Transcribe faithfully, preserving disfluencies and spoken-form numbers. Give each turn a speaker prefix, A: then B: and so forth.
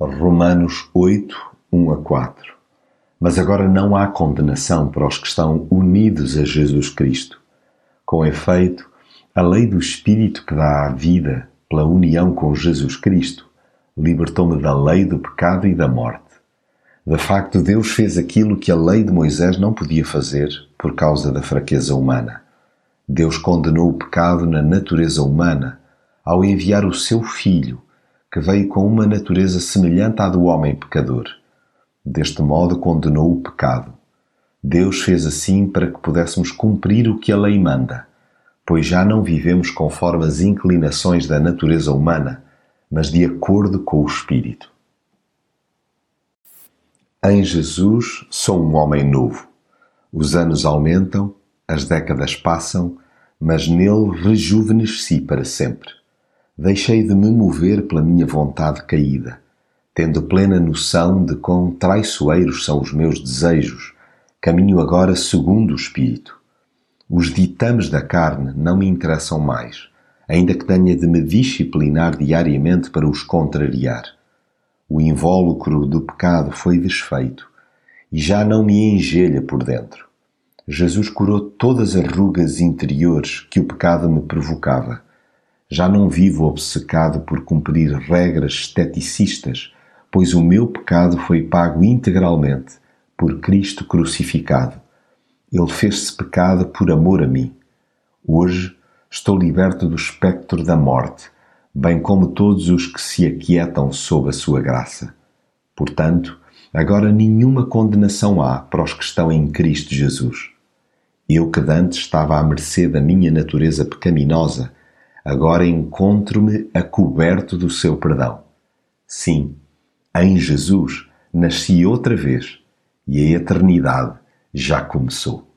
A: Romanos oito, um a quatro. Mas agora não há condenação para os que estão unidos a Jesus Cristo. Com efeito, a lei do Espírito que dá a vida pela união com Jesus Cristo libertou-me da lei do pecado e da morte. De facto, Deus fez aquilo que a lei de Moisés não podia fazer por causa da fraqueza humana. Deus condenou o pecado na natureza humana ao enviar o seu Filho, que veio com uma natureza semelhante à do homem pecador. Deste modo condenou o pecado. Deus fez assim para que pudéssemos cumprir o que a lei manda, pois já não vivemos conforme as inclinações da natureza humana, mas de acordo com o Espírito. Em Jesus sou um homem novo. Os anos aumentam, as décadas passam, mas nele rejuvenesci para sempre. Deixei de me mover pela minha vontade caída, tendo plena noção de quão traiçoeiros são os meus desejos. Caminho agora segundo o Espírito. Os ditames da carne não me interessam mais, ainda que tenha de me disciplinar diariamente para os contrariar. O invólucro do pecado foi desfeito e já não me engelha por dentro. Jesus curou todas as rugas interiores que o pecado me provocava. Já não vivo obcecado por cumprir regras esteticistas, pois o meu pecado foi pago integralmente por Cristo crucificado. Ele fez-se pecado por amor a mim. Hoje estou liberto do espectro da morte, bem como todos os que se aquietam sob a sua graça. Portanto, agora nenhuma condenação há para os que estão em Cristo Jesus. Eu que dantes estava à mercê da minha natureza pecaminosa, agora encontro-me a coberto do seu perdão. Sim, em Jesus nasci outra vez e a eternidade já começou.